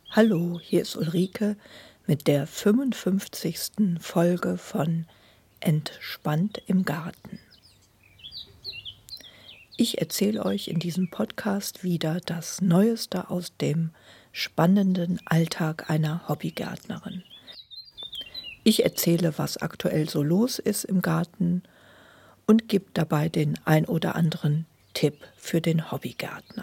Hallo, hier ist Ulrike mit der 55. Folge von Entspannt im Garten. Ich erzähle euch in diesem Podcast wieder das Neueste aus dem spannenden Alltag einer Hobbygärtnerin. Ich erzähle, was aktuell so los ist im Garten und gebe dabei den ein oder anderen Tipp für den Hobbygärtner.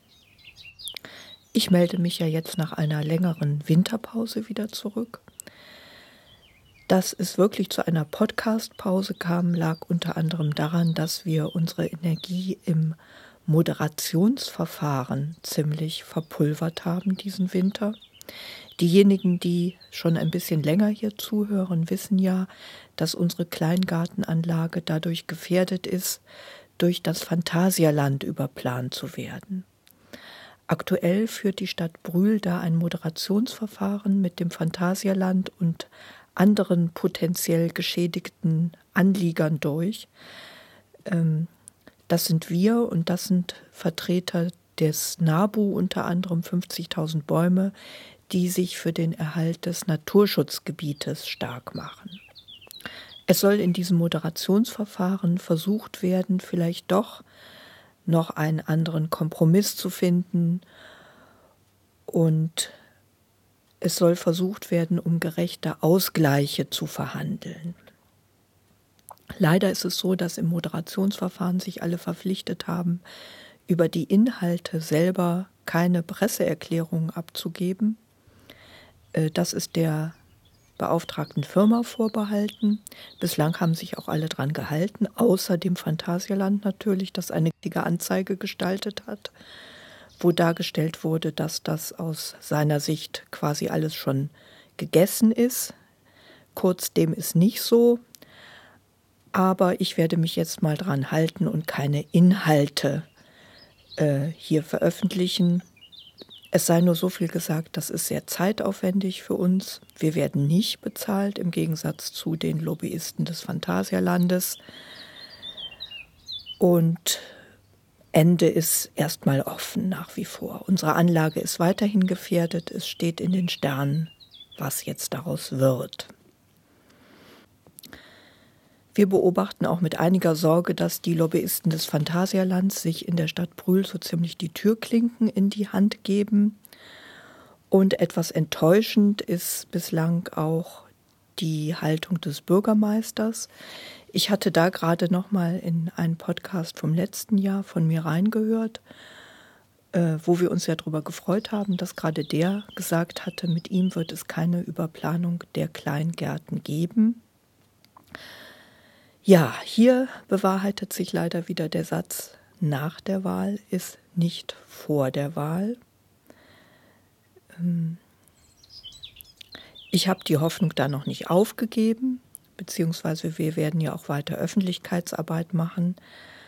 Ich melde mich ja jetzt nach einer längeren Winterpause wieder zurück. Dass es wirklich zu einer Podcast-Pause kam, lag unter anderem daran, dass wir unsere Energie im Moderationsverfahren ziemlich verpulvert haben diesen Winter. Diejenigen, die schon ein bisschen länger hier zuhören, wissen ja, dass unsere Kleingartenanlage dadurch gefährdet ist, durch das Phantasialand überplant zu werden. Aktuell führt die Stadt Brühl da ein Moderationsverfahren mit dem Phantasialand und anderen potenziell geschädigten Anliegern durch. Das sind wir und das sind Vertreter des NABU, unter anderem 50.000 Bäume, die sich für den Erhalt des Naturschutzgebietes stark machen. Es soll in diesem Moderationsverfahren versucht werden, vielleicht doch noch einen anderen Kompromiss zu finden, und es soll versucht werden, um gerechte Ausgleiche zu verhandeln. Leider ist es so, dass im Moderationsverfahren sich alle verpflichtet haben, über die Inhalte selber keine Presseerklärungen abzugeben. Das ist der beauftragten Firma vorbehalten. Bislang haben sich auch alle dran gehalten, außer dem Phantasialand natürlich, das eine richtige Anzeige gestaltet hat, wo dargestellt wurde, dass das aus seiner Sicht quasi alles schon gegessen ist. Kurz, dem ist nicht so, aber ich werde mich jetzt mal dran halten und keine Inhalte hier veröffentlichen. Es sei nur so viel gesagt, das ist sehr zeitaufwendig für uns. Wir werden nicht bezahlt, im Gegensatz zu den Lobbyisten des Phantasialandes. Und Ende ist erstmal offen nach wie vor. Unsere Anlage ist weiterhin gefährdet. Es steht in den Sternen, was jetzt daraus wird. Wir beobachten auch mit einiger Sorge, dass die Lobbyisten des Phantasialands sich in der Stadt Brühl so ziemlich die Türklinken in die Hand geben. Und etwas enttäuschend ist bislang auch die Haltung des Bürgermeisters. Ich hatte da gerade noch mal in einen Podcast vom letzten Jahr von mir reingehört, wo wir uns ja darüber gefreut haben, dass gerade der gesagt hatte, mit ihm wird es keine Überplanung der Kleingärten geben. Ja, hier bewahrheitet sich leider wieder der Satz, nach der Wahl ist nicht vor der Wahl. Ich habe die Hoffnung da noch nicht aufgegeben, beziehungsweise wir werden ja auch weiter Öffentlichkeitsarbeit machen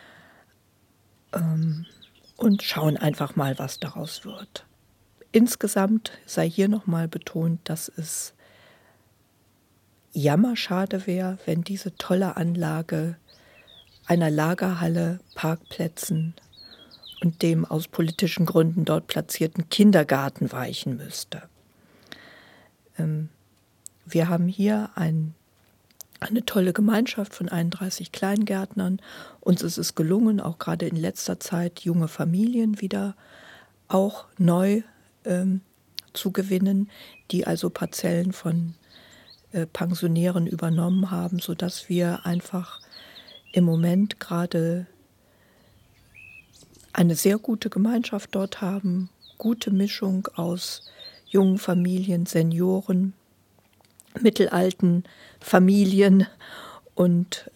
und schauen einfach mal, was daraus wird. Insgesamt sei hier nochmal betont, dass es jammerschade wäre, wenn diese tolle Anlage einer Lagerhalle, Parkplätzen und dem aus politischen Gründen dort platzierten Kindergarten weichen müsste. Wir haben hier eine tolle Gemeinschaft von 31 Kleingärtnern. Uns ist es gelungen, auch gerade in letzter Zeit junge Familien wieder auch neu zu gewinnen, die also Parzellen von Pensionären übernommen haben, sodass wir einfach im Moment gerade eine sehr gute Gemeinschaft dort haben, gute Mischung aus jungen Familien, Senioren, mittelalten Familien und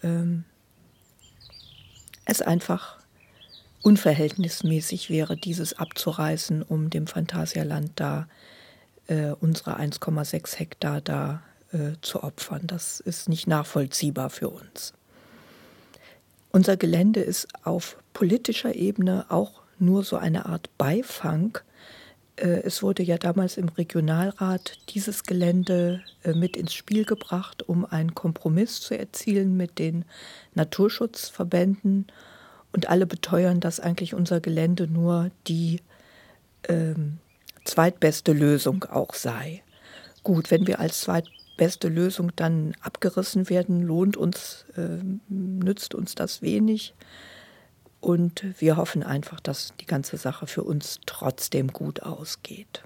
es einfach unverhältnismäßig wäre, dieses abzureißen, um dem Phantasialand da unsere 1,6 Hektar da zu opfern. Das ist nicht nachvollziehbar für uns. Unser Gelände ist auf politischer Ebene auch nur so eine Art Beifang. Es wurde ja damals im Regionalrat dieses Gelände mit ins Spiel gebracht, um einen Kompromiss zu erzielen mit den Naturschutzverbänden. Und alle beteuern, dass eigentlich unser Gelände nur die zweitbeste Lösung auch sei. Gut, wenn wir als zweitbeste Lösung dann abgerissen werden, nützt uns das wenig. Und wir hoffen einfach, dass die ganze Sache für uns trotzdem gut ausgeht.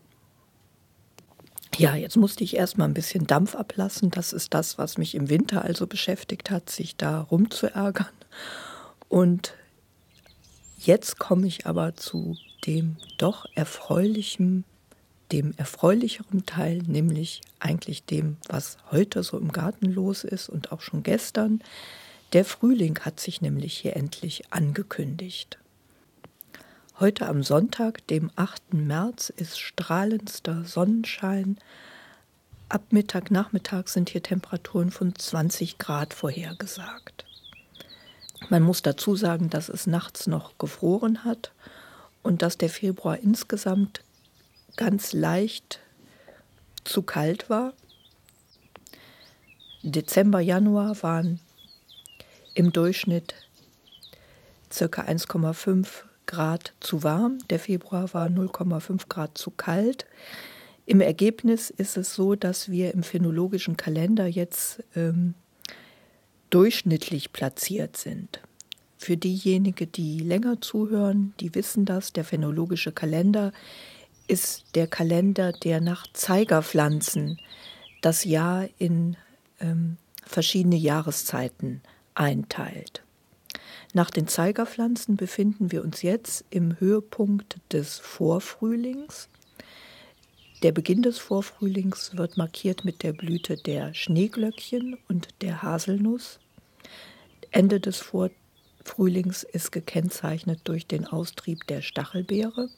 Ja, jetzt musste ich erst mal ein bisschen Dampf ablassen. Das ist das, was mich im Winter also beschäftigt hat, sich da rumzuärgern. Und jetzt komme ich aber zu dem doch erfreulicheren Teil, nämlich eigentlich dem, was heute so im Garten los ist und auch schon gestern. Der Frühling hat sich nämlich hier endlich angekündigt. Heute am Sonntag, dem 8. März, ist strahlendster Sonnenschein. Ab Nachmittag sind hier Temperaturen von 20 Grad vorhergesagt. Man muss dazu sagen, dass es nachts noch gefroren hat und dass der Februar insgesamt ganz leicht zu kalt war. Dezember, Januar waren im Durchschnitt ca. 1,5 Grad zu warm. Der Februar war 0,5 Grad zu kalt. Im Ergebnis ist es so, dass wir im phänologischen Kalender jetzt durchschnittlich platziert sind. Für diejenigen, die länger zuhören, die wissen das, der phänologische Kalender ist der Kalender, der nach Zeigerpflanzen das Jahr in verschiedene Jahreszeiten einteilt. Nach den Zeigerpflanzen befinden wir uns jetzt im Höhepunkt des Vorfrühlings. Der Beginn des Vorfrühlings wird markiert mit der Blüte der Schneeglöckchen und der Haselnuss. Ende des Vorfrühlings ist gekennzeichnet durch den Austrieb der Stachelbeere.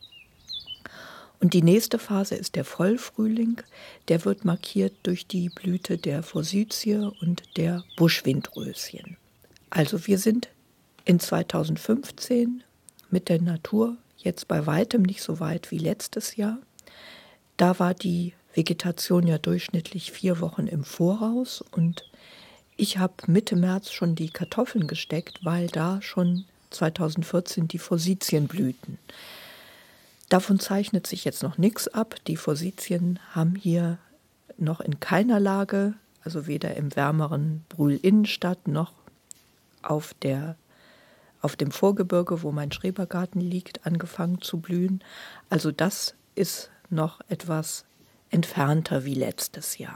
Und die nächste Phase ist der Vollfrühling. Der wird markiert durch die Blüte der Forsythie und der Buschwindröschen. Also wir sind in 2015 mit der Natur jetzt bei weitem nicht so weit wie letztes Jahr. Da war die Vegetation ja durchschnittlich 4 Wochen im Voraus und ich habe Mitte März schon die Kartoffeln gesteckt, weil da schon 2014 die Forsythien blühten. Davon zeichnet sich jetzt noch nichts ab. Die Forsythien haben hier noch in keiner Lage, also weder im wärmeren Brühl-Innenstadt noch auf dem Vorgebirge, wo mein Schrebergarten liegt, angefangen zu blühen. Also das ist noch etwas entfernter wie letztes Jahr.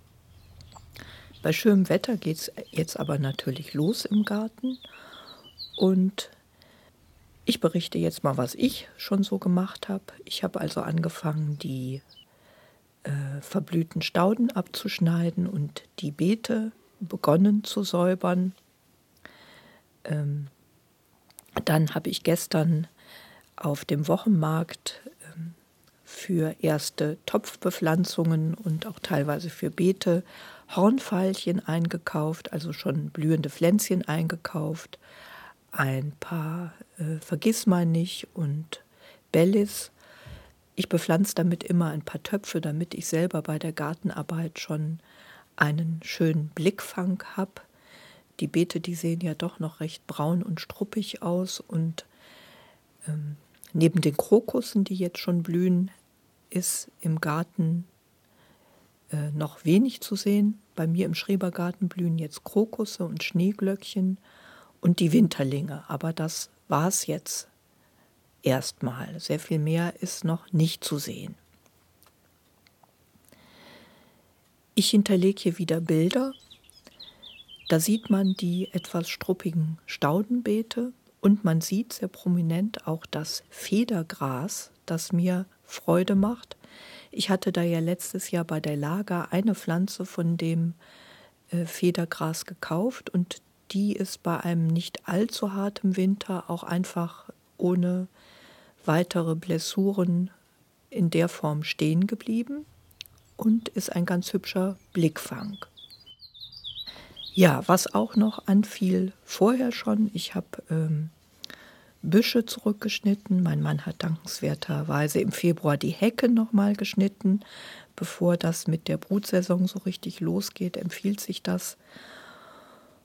Bei schönem Wetter geht es jetzt aber natürlich los im Garten und ich berichte jetzt mal, was ich schon so gemacht habe. Ich habe also angefangen, die verblühten Stauden abzuschneiden und die Beete begonnen zu säubern. Dann habe ich gestern auf dem Wochenmarkt für erste Topfbepflanzungen und auch teilweise für Beete Hornveilchen eingekauft, also schon blühende Pflänzchen eingekauft, ein paar Vergissmeinnicht und Bellis. Ich bepflanze damit immer ein paar Töpfe, damit ich selber bei der Gartenarbeit schon einen schönen Blickfang habe. Die Beete, die sehen ja doch noch recht braun und struppig aus und neben den Krokussen, die jetzt schon blühen, ist im Garten noch wenig zu sehen. Bei mir im Schrebergarten blühen jetzt Krokusse und Schneeglöckchen und die Winterlinge. Aber das war es jetzt erstmal. Sehr viel mehr ist noch nicht zu sehen. Ich hinterlege hier wieder Bilder. Da sieht man die etwas struppigen Staudenbeete und man sieht sehr prominent auch das Federgras, das mir Freude macht. Ich hatte da ja letztes Jahr bei der Lager eine Pflanze von dem Federgras gekauft und die ist bei einem nicht allzu harten Winter auch einfach ohne weitere Blessuren in der Form stehen geblieben und ist ein ganz hübscher Blickfang. Ja, was auch noch anfiel vorher schon, ich habe Büsche zurückgeschnitten. Mein Mann hat dankenswerterweise im Februar die Hecke nochmal geschnitten. Bevor das mit der Brutsaison so richtig losgeht, empfiehlt sich das.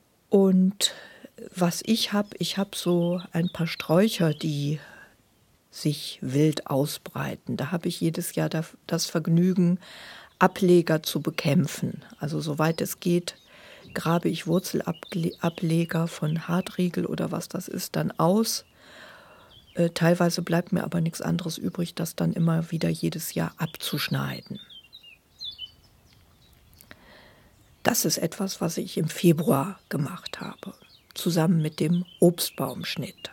Und was ich habe so ein paar Sträucher, die sich wild ausbreiten. Da habe ich jedes Jahr das Vergnügen, Ableger zu bekämpfen. Also soweit es geht, grabe ich Wurzelableger von Hartriegel oder was das ist, dann aus. Teilweise bleibt mir aber nichts anderes übrig, das dann immer wieder jedes Jahr abzuschneiden. Das ist etwas, was ich im Februar gemacht habe, zusammen mit dem Obstbaumschnitt.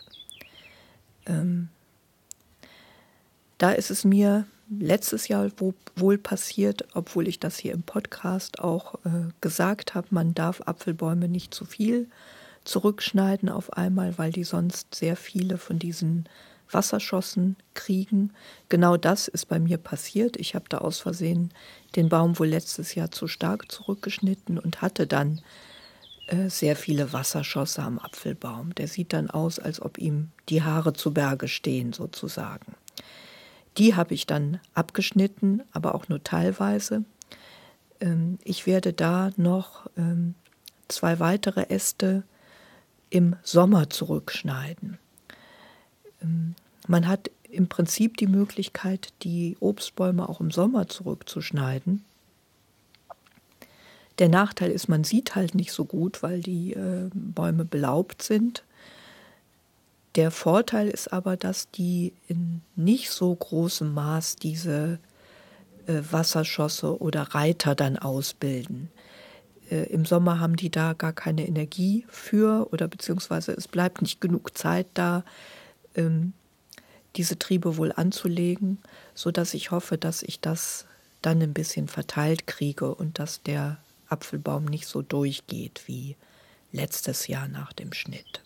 Da ist es mir letztes Jahr wohl passiert, obwohl ich das hier im Podcast auch gesagt habe, man darf Apfelbäume nicht zu viel zurückschneiden auf einmal, weil die sonst sehr viele von diesen Wasserschossen kriegen. Genau das ist bei mir passiert. Ich habe da aus Versehen den Baum wohl letztes Jahr zu stark zurückgeschnitten und hatte dann sehr viele Wasserschosse am Apfelbaum. Der sieht dann aus, als ob ihm die Haare zu Berge stehen sozusagen. Die habe ich dann abgeschnitten, aber auch nur teilweise. Ich werde da noch 2 weitere Äste im Sommer zurückschneiden. Man hat im Prinzip die Möglichkeit, die Obstbäume auch im Sommer zurückzuschneiden. Der Nachteil ist, man sieht halt nicht so gut, weil die Bäume belaubt sind. Der Vorteil ist aber, dass die in nicht so großem Maß diese Wasserschosse oder Reiter dann ausbilden. Im Sommer haben die da gar keine Energie für oder beziehungsweise es bleibt nicht genug Zeit da, diese Triebe wohl anzulegen, sodass ich hoffe, dass ich das dann ein bisschen verteilt kriege und dass der Apfelbaum nicht so durchgeht wie letztes Jahr nach dem Schnitt.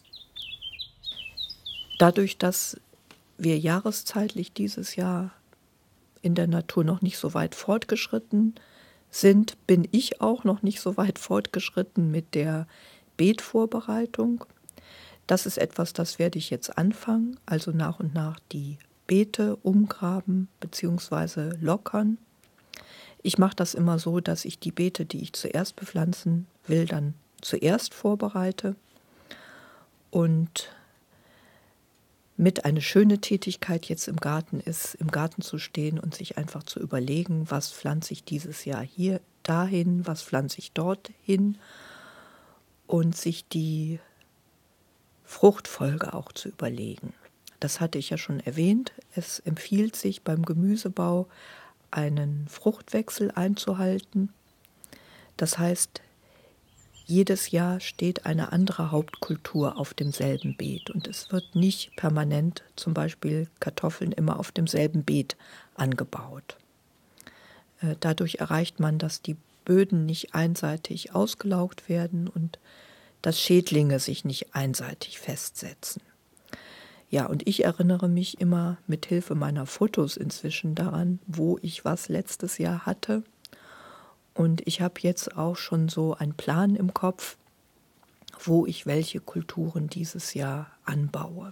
Dadurch, dass wir jahreszeitlich dieses Jahr in der Natur noch nicht so weit fortgeschritten sind, bin ich auch noch nicht so weit fortgeschritten mit der Beetvorbereitung. Das ist etwas, das werde ich jetzt anfangen, also nach und nach die Beete umgraben bzw. lockern. Ich mache das immer so, dass ich die Beete, die ich zuerst bepflanzen will, dann zuerst vorbereite und mit eine schöne Tätigkeit jetzt im Garten ist, im Garten zu stehen und sich einfach zu überlegen, was pflanze ich dieses Jahr hier dahin, was pflanze ich dort hin und sich die Fruchtfolge auch zu überlegen. Das hatte ich ja schon erwähnt. Es empfiehlt sich beim Gemüsebau einen Fruchtwechsel einzuhalten. Das heißt, jedes Jahr steht eine andere Hauptkultur auf demselben Beet und es wird nicht permanent zum Beispiel Kartoffeln immer auf demselben Beet angebaut. Dadurch erreicht man, dass die Böden nicht einseitig ausgelaugt werden und dass Schädlinge sich nicht einseitig festsetzen. Ja, und ich erinnere mich immer mit Hilfe meiner Fotos inzwischen daran, wo ich was letztes Jahr hatte. Und ich habe jetzt auch schon so einen Plan im Kopf, wo ich welche Kulturen dieses Jahr anbaue.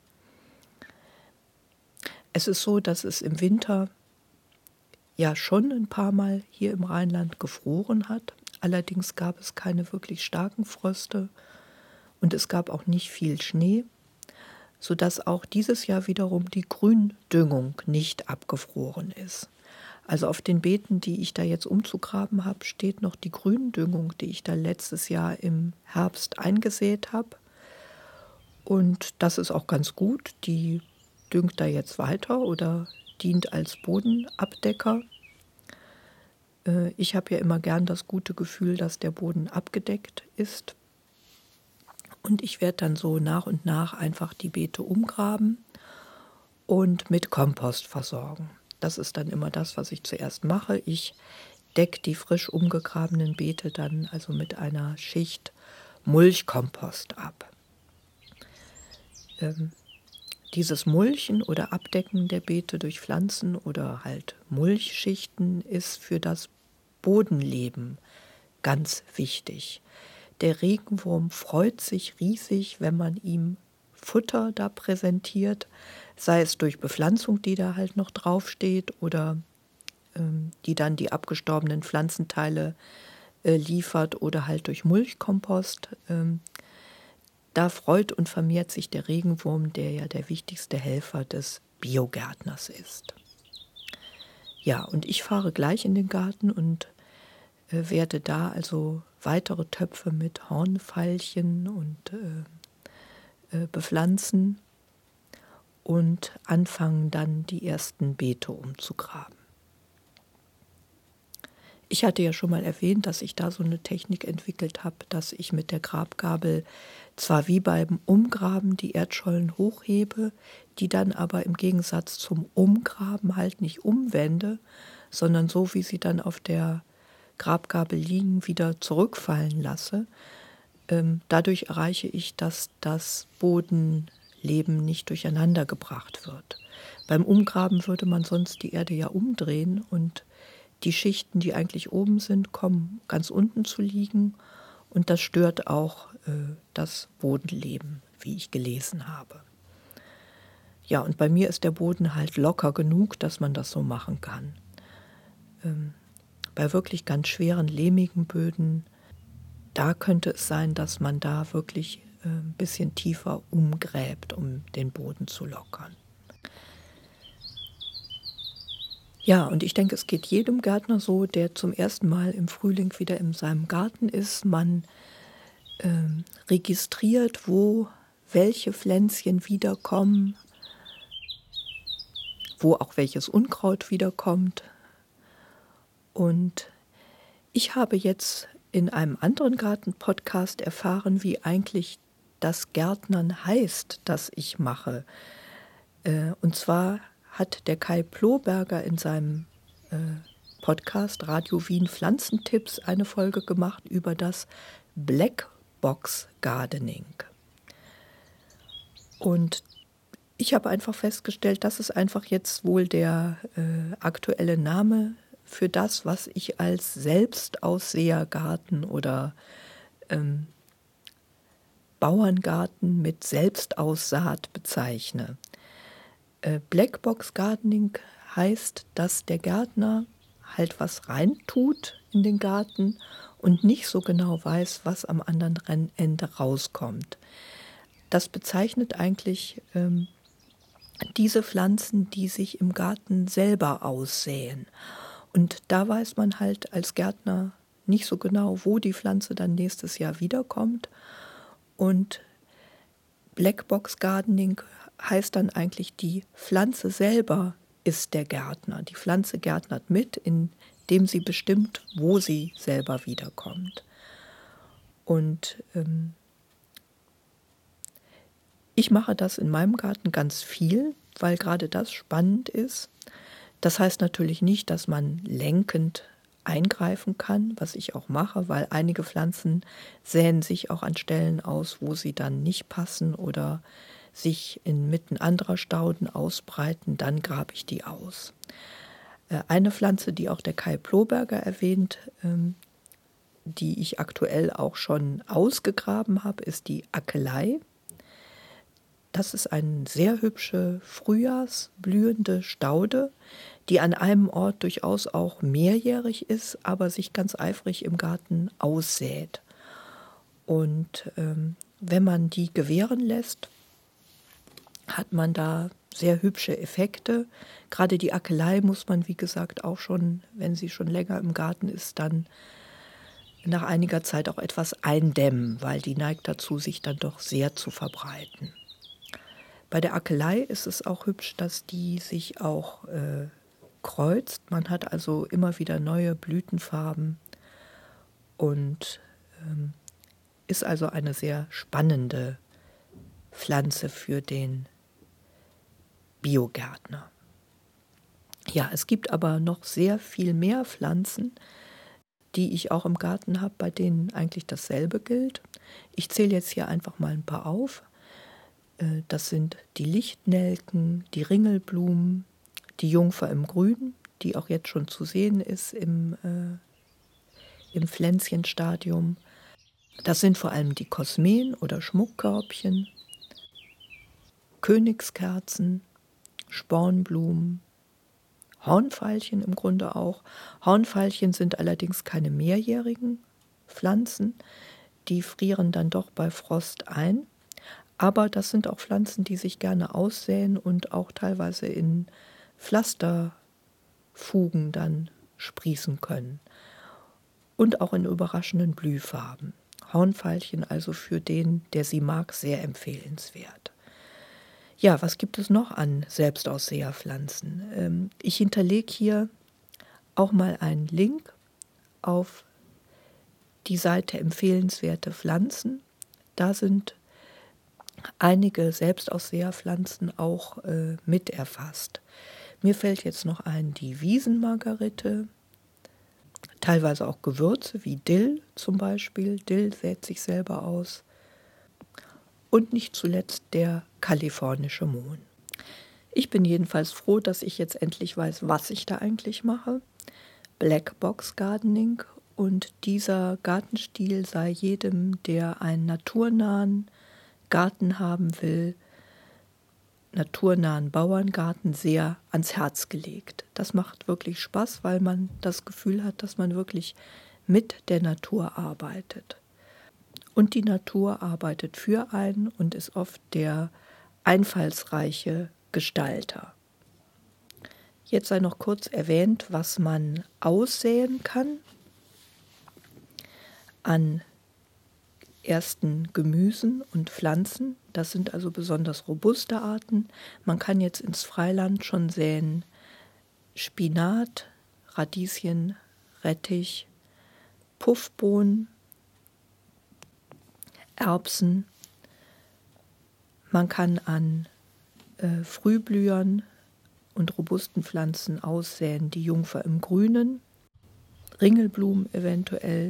Es ist so, dass es im Winter ja schon ein paar Mal hier im Rheinland gefroren hat. Allerdings gab es keine wirklich starken Fröste und es gab auch nicht viel Schnee, sodass auch dieses Jahr wiederum die Gründüngung nicht abgefroren ist. Also auf den Beeten, die ich da jetzt umzugraben habe, steht noch die Gründüngung, die ich da letztes Jahr im Herbst eingesät habe. Und das ist auch ganz gut. Die düngt da jetzt weiter oder dient als Bodenabdecker. Ich habe ja immer gern das gute Gefühl, dass der Boden abgedeckt ist. Und ich werde dann so nach und nach einfach die Beete umgraben und mit Kompost versorgen. Das ist dann immer das, was ich zuerst mache. Ich decke die frisch umgegrabenen Beete dann also mit einer Schicht Mulchkompost ab. Dieses Mulchen oder Abdecken der Beete durch Pflanzen oder halt Mulchschichten ist für das Bodenleben ganz wichtig. Der Regenwurm freut sich riesig, wenn man ihm Futter da präsentiert, sei es durch Bepflanzung, die da halt noch draufsteht oder die dann die abgestorbenen Pflanzenteile liefert oder halt durch Mulchkompost. Da freut und vermehrt sich der Regenwurm, der ja der wichtigste Helfer des Biogärtners ist. Ja, und ich fahre gleich in den Garten und werde da also weitere Töpfe mit Hornfeilchen und bepflanzen und anfangen dann die ersten Beete umzugraben. Ich hatte ja schon mal erwähnt, dass ich da so eine Technik entwickelt habe, dass ich mit der Grabgabel zwar wie beim Umgraben die Erdschollen hochhebe, die dann aber im Gegensatz zum Umgraben halt nicht umwende, sondern so wie sie dann auf der Grabgabel liegen, wieder zurückfallen lasse. Dadurch erreiche ich, dass das Bodenleben nicht durcheinander gebracht wird. Beim Umgraben würde man sonst die Erde ja umdrehen und die Schichten, die eigentlich oben sind, kommen ganz unten zu liegen und das stört auch das Bodenleben, wie ich gelesen habe. Ja, und bei mir ist der Boden halt locker genug, dass man das so machen kann. Bei wirklich ganz schweren, lehmigen Böden, da könnte es sein, dass man da wirklich ein bisschen tiefer umgräbt, um den Boden zu lockern. Ja, und ich denke, es geht jedem Gärtner so, der zum ersten Mal im Frühling wieder in seinem Garten ist. Man registriert, wo welche Pflänzchen wiederkommen, wo auch welches Unkraut wiederkommt. Und ich habe jetzt in einem anderen Garten-Podcast erfahren, wie eigentlich das Gärtnern heißt, das ich mache. Und zwar hat der Kai Ploberger in seinem Podcast Radio Wien Pflanzentipps eine Folge gemacht über das Blackbox Gardening. Und ich habe einfach festgestellt, das ist einfach jetzt wohl der aktuelle Name für das, was ich als Selbstaussehergarten oder Bauerngarten mit Selbstaussaat bezeichne. Blackbox Gardening heißt, dass der Gärtner halt was reintut in den Garten und nicht so genau weiß, was am anderen Ende rauskommt. Das bezeichnet eigentlich diese Pflanzen, die sich im Garten selber aussäen. Und da weiß man halt als Gärtner nicht so genau, wo die Pflanze dann nächstes Jahr wiederkommt. Und Blackbox Gardening heißt dann eigentlich, die Pflanze selber ist der Gärtner. Die Pflanze gärtnert mit, indem sie bestimmt, wo sie selber wiederkommt. Und ich mache das in meinem Garten ganz viel, weil gerade das spannend ist. Das heißt natürlich nicht, dass man lenkend eingreifen kann, was ich auch mache, weil einige Pflanzen säen sich auch an Stellen aus, wo sie dann nicht passen oder sich inmitten anderer Stauden ausbreiten, dann grabe ich die aus. Eine Pflanze, die auch der Kai Ploberger erwähnt, die ich aktuell auch schon ausgegraben habe, ist die Akelei. Das ist eine sehr hübsche frühjahrsblühende Staude, die an einem Ort durchaus auch mehrjährig ist, aber sich ganz eifrig im Garten aussät. Und wenn man die gewähren lässt, hat man da sehr hübsche Effekte. Gerade die Akelei muss man, wie gesagt, auch schon, wenn sie schon länger im Garten ist, dann nach einiger Zeit auch etwas eindämmen, weil die neigt dazu, sich dann doch sehr zu verbreiten. Bei der Akelei ist es auch hübsch, dass die sich auch kreuzt. Man hat also immer wieder neue Blütenfarben und ist also eine sehr spannende Pflanze für den Biogärtner. Ja, es gibt aber noch sehr viel mehr Pflanzen, die ich auch im Garten habe, bei denen eigentlich dasselbe gilt. Ich zähle jetzt hier einfach mal ein paar auf. Das sind die Lichtnelken, die Ringelblumen, die Jungfer im Grün, die auch jetzt schon zu sehen ist im Pflänzchenstadium. Das sind vor allem die Kosmeen oder Schmuckkörbchen, Königskerzen, Spornblumen, Hornfeilchen im Grunde auch. Hornfeilchen sind allerdings keine mehrjährigen Pflanzen, die frieren dann doch bei Frost ein. Aber das sind auch Pflanzen, die sich gerne aussäen und auch teilweise in Pflasterfugen dann sprießen können. Und auch in überraschenden Blühfarben. Hornveilchen also für den, der sie mag, sehr empfehlenswert. Ja, was gibt es noch an Selbstaussäerpflanzen? Ich hinterlege hier auch mal einen Link auf die Seite empfehlenswerte Pflanzen. Da sind einige Selbstaussäerpflanzen auch mit erfasst. Mir fällt jetzt noch ein die Wiesenmargerite, teilweise auch Gewürze wie Dill zum Beispiel. Dill sät sich selber aus. Und nicht zuletzt der kalifornische Mohn. Ich bin jedenfalls froh, dass ich jetzt endlich weiß, was ich da eigentlich mache. Blackbox Gardening, und dieser Gartenstil sei jedem, der einen naturnahen Garten haben will, naturnahen Bauerngarten, sehr ans Herz gelegt. Das macht wirklich Spaß, weil man das Gefühl hat, dass man wirklich mit der Natur arbeitet. Und die Natur arbeitet für einen und ist oft der einfallsreiche Gestalter. Jetzt sei noch kurz erwähnt, was man aussäen kann an ersten Gemüsen und Pflanzen. Das sind also besonders robuste Arten. Man kann jetzt ins Freiland schon säen Spinat, Radieschen, Rettich, Puffbohnen, Erbsen. Man kann an Frühblühern und robusten Pflanzen aussäen die Jungfer im Grünen, Ringelblumen eventuell.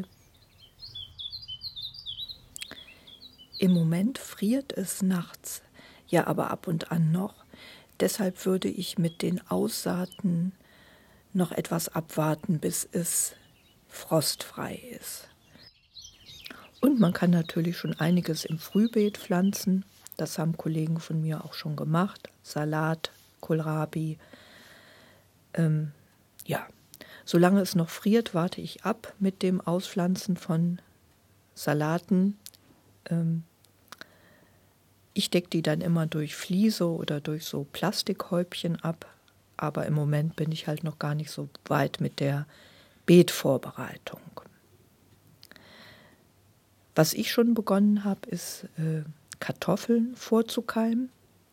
Im Moment friert es nachts, ja aber ab und an noch. Deshalb würde ich mit den Aussaaten noch etwas abwarten, bis es frostfrei ist. Und man kann natürlich schon einiges im Frühbeet pflanzen. Das haben Kollegen von mir auch schon gemacht. Salat, Kohlrabi. Ja, solange es noch friert, warte ich ab mit dem Auspflanzen von Salaten. Ich decke die dann immer durch Fliese oder durch so Plastikhäubchen ab. Aber im Moment bin ich halt noch gar nicht so weit mit der Beetvorbereitung. Was ich schon begonnen habe, ist Kartoffeln vorzukeimen.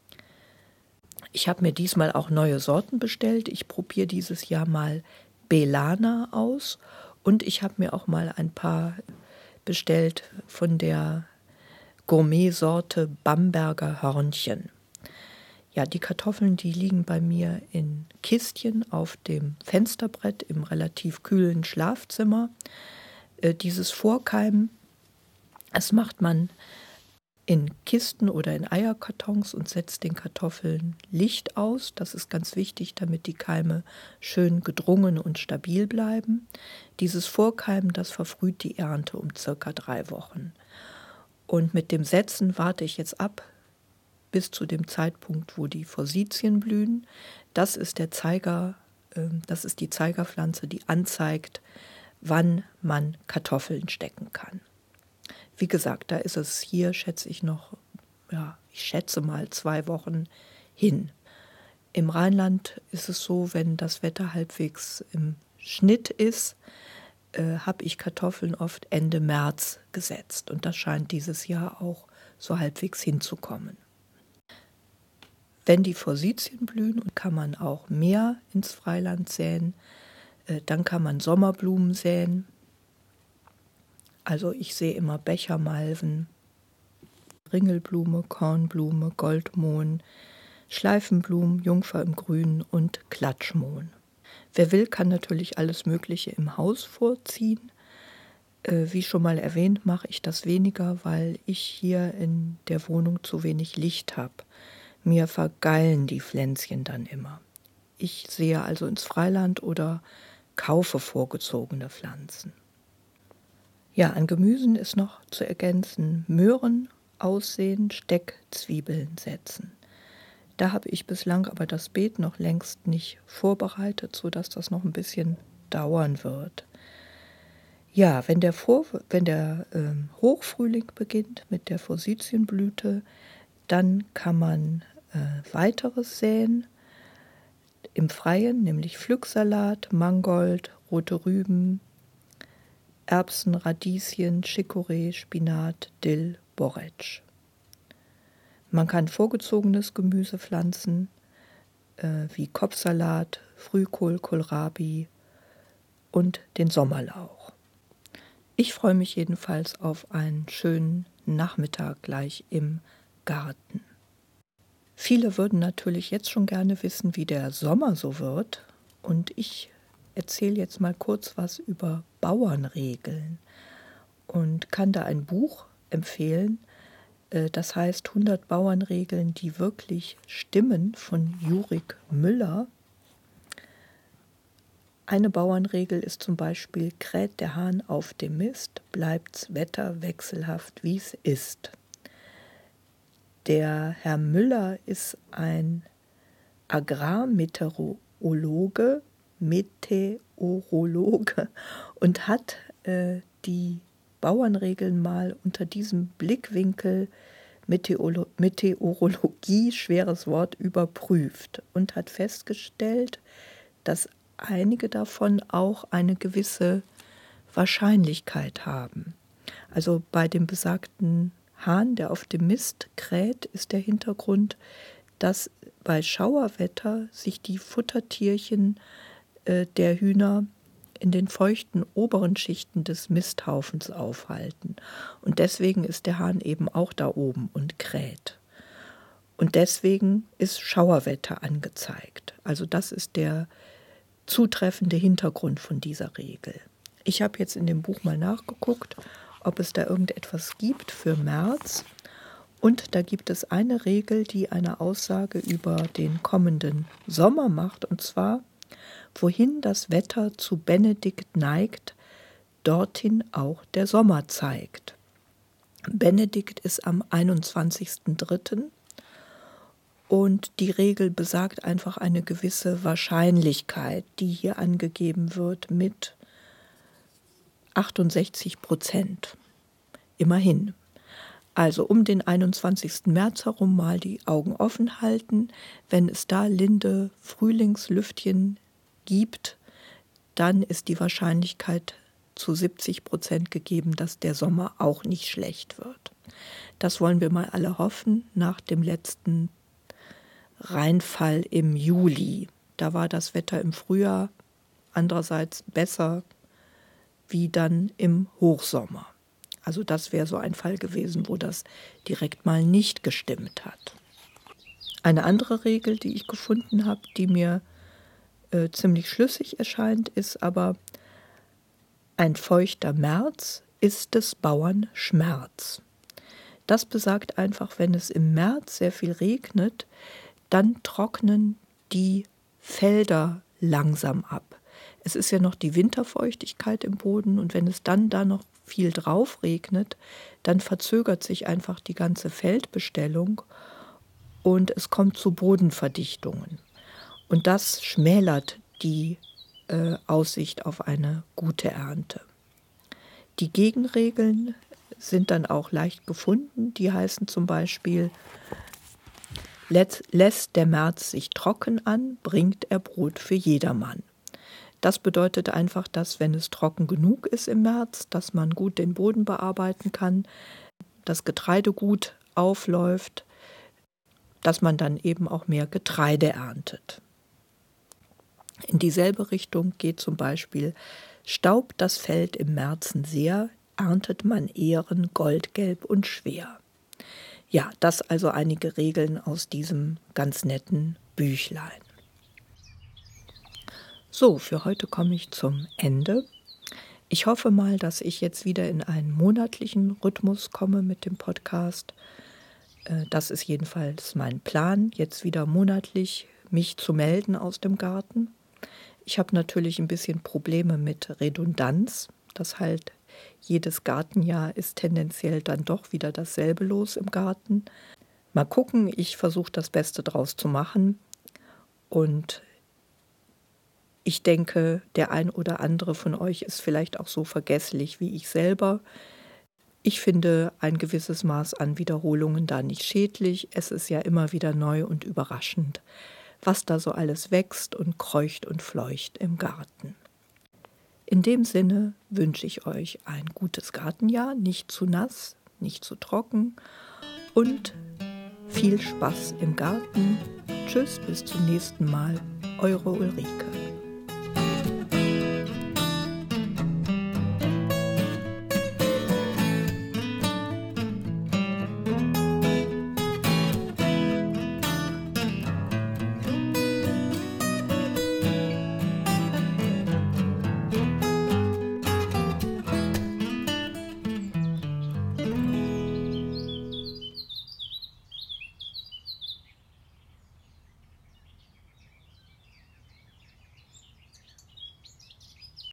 Ich habe mir diesmal auch neue Sorten bestellt. Ich probiere dieses Jahr mal Belana aus und ich habe mir auch mal ein paar bestellt von der Gourmet-Sorte Bamberger Hörnchen. Ja, die Kartoffeln, die liegen bei mir in Kistchen auf dem Fensterbrett im relativ kühlen Schlafzimmer. Dieses Vorkeimen, das macht man in Kisten oder in Eierkartons und setzt den Kartoffeln Licht aus. Das ist ganz wichtig, damit die Keime schön gedrungen und stabil bleiben. Dieses Vorkeimen, das verfrüht die Ernte um circa 3 Wochen. Und mit dem Setzen warte ich jetzt ab bis zu dem Zeitpunkt, wo die Forsythien blühen. Das ist die Zeigerpflanze, die anzeigt, wann man Kartoffeln stecken kann. Wie gesagt, da ist es hier, schätze ich noch, ich schätze mal 2 Wochen hin. Im Rheinland ist es so, wenn das Wetter halbwegs im Schnitt ist, habe ich Kartoffeln oft Ende März gesetzt. Und das scheint dieses Jahr auch so halbwegs hinzukommen. Wenn die Forsythien blühen, kann man auch mehr ins Freiland säen. Dann kann man Sommerblumen säen. Also ich sehe immer Bechermalven, Ringelblume, Kornblume, Goldmohn, Schleifenblumen, Jungfer im Grün und Klatschmohn. Wer will, kann natürlich alles Mögliche im Haus vorziehen. Wie schon mal erwähnt, mache ich das weniger, weil ich hier in der Wohnung zu wenig Licht habe. Mir vergeilen die Pflänzchen dann immer. Ich sehe also ins Freiland oder kaufe vorgezogene Pflanzen. Ja, an Gemüsen ist noch zu ergänzen: Möhren aussehen, Steckzwiebeln setzen. Da habe ich bislang aber das Beet noch längst nicht vorbereitet, sodass das noch ein bisschen dauern wird. Ja, wenn der Hochfrühling beginnt mit der Forsythienblüte, Dann kann man weiteres säen im Freien, nämlich Pflücksalat, Mangold, rote Rüben, Erbsen, Radieschen, Chicorée, Spinat, Dill, Borretsch. Man kann vorgezogenes Gemüse pflanzen, wie Kopfsalat, Frühkohl, Kohlrabi und den Sommerlauch. Ich freue mich jedenfalls auf einen schönen Nachmittag gleich im Garten. Viele würden natürlich jetzt schon gerne wissen, wie der Sommer so wird. Und ich erzähle jetzt mal kurz was über Bauernregeln und kann da ein Buch empfehlen, das heißt 100 Bauernregeln, die wirklich stimmen, von Jurik Müller. Eine Bauernregel ist zum Beispiel: kräht der Hahn auf dem Mist, bleibt's Wetter wechselhaft, wie's ist. Der Herr Müller ist ein Agrarmeteorologe und hat die Bauernregeln mal unter diesem Blickwinkel Meteorologie, schweres Wort, überprüft und hat festgestellt, dass einige davon auch eine gewisse Wahrscheinlichkeit haben. Also bei dem besagten Hahn, der auf dem Mist kräht, ist der Hintergrund, dass bei Schauerwetter sich die Futtertierchen der Hühner in den feuchten oberen Schichten des Misthaufens aufhalten. Und deswegen ist der Hahn eben auch da oben und kräht. Und deswegen ist Schauerwetter angezeigt. Also das ist der zutreffende Hintergrund von dieser Regel. Ich habe jetzt in dem Buch mal nachgeguckt, ob es da irgendetwas gibt für März. Und da gibt es eine Regel, die eine Aussage über den kommenden Sommer macht, und zwar: wohin das Wetter zu Benedikt neigt, dorthin auch der Sommer zeigt. Benedikt ist am 21.03. und die Regel besagt einfach eine gewisse Wahrscheinlichkeit, die hier angegeben wird mit 68%. Immerhin. Also um den 21. März herum mal die Augen offen halten. Wenn es da linde Frühlingslüftchen gibt, dann ist die Wahrscheinlichkeit zu 70% gegeben, dass der Sommer auch nicht schlecht wird. Das wollen wir mal alle hoffen nach dem letzten Reinfall im Juli. Da war das Wetter im Frühjahr andererseits besser wie dann im Hochsommer. Also das wäre so ein Fall gewesen, wo das direkt mal nicht gestimmt hat. Eine andere Regel, die ich gefunden habe, die mir ziemlich schlüssig erscheint, ist aber: ein feuchter März ist des Bauern Schmerz. Das besagt einfach, wenn es im März sehr viel regnet, dann trocknen die Felder langsam ab. Es ist ja noch die Winterfeuchtigkeit im Boden, und wenn es dann da noch viel drauf regnet, dann verzögert sich einfach die ganze Feldbestellung und es kommt zu Bodenverdichtungen. Und das schmälert die Aussicht auf eine gute Ernte. Die Gegenregeln sind dann auch leicht gefunden. Die heißen zum Beispiel: lässt der März sich trocken an, bringt er Brot für jedermann. Das bedeutet einfach, dass, wenn es trocken genug ist im März, dass man gut den Boden bearbeiten kann, das Getreide gut aufläuft, dass man dann eben auch mehr Getreide erntet. In dieselbe Richtung geht zum Beispiel: staubt das Feld im Märzen sehr, erntet man Ähren goldgelb und schwer. Ja, das also einige Regeln aus diesem ganz netten Büchlein. So, für heute komme ich zum Ende. Ich hoffe mal, dass ich jetzt wieder in einen monatlichen Rhythmus komme mit dem Podcast. Das ist jedenfalls mein Plan, jetzt wieder monatlich mich zu melden aus dem Garten. Ich habe natürlich ein bisschen Probleme mit Redundanz. Das heißt, jedes Gartenjahr ist tendenziell dann doch wieder dasselbe los im Garten. Mal gucken, ich versuche das Beste draus zu machen. Und ich denke, der ein oder andere von euch ist vielleicht auch so vergesslich wie ich selber. Ich finde ein gewisses Maß an Wiederholungen da nicht schädlich. Es ist ja immer wieder neu und überraschend, was da so alles wächst und kreucht und fleucht im Garten. In dem Sinne wünsche ich euch ein gutes Gartenjahr, nicht zu nass, nicht zu trocken und viel Spaß im Garten. Tschüss, bis zum nächsten Mal, eure Ulrike.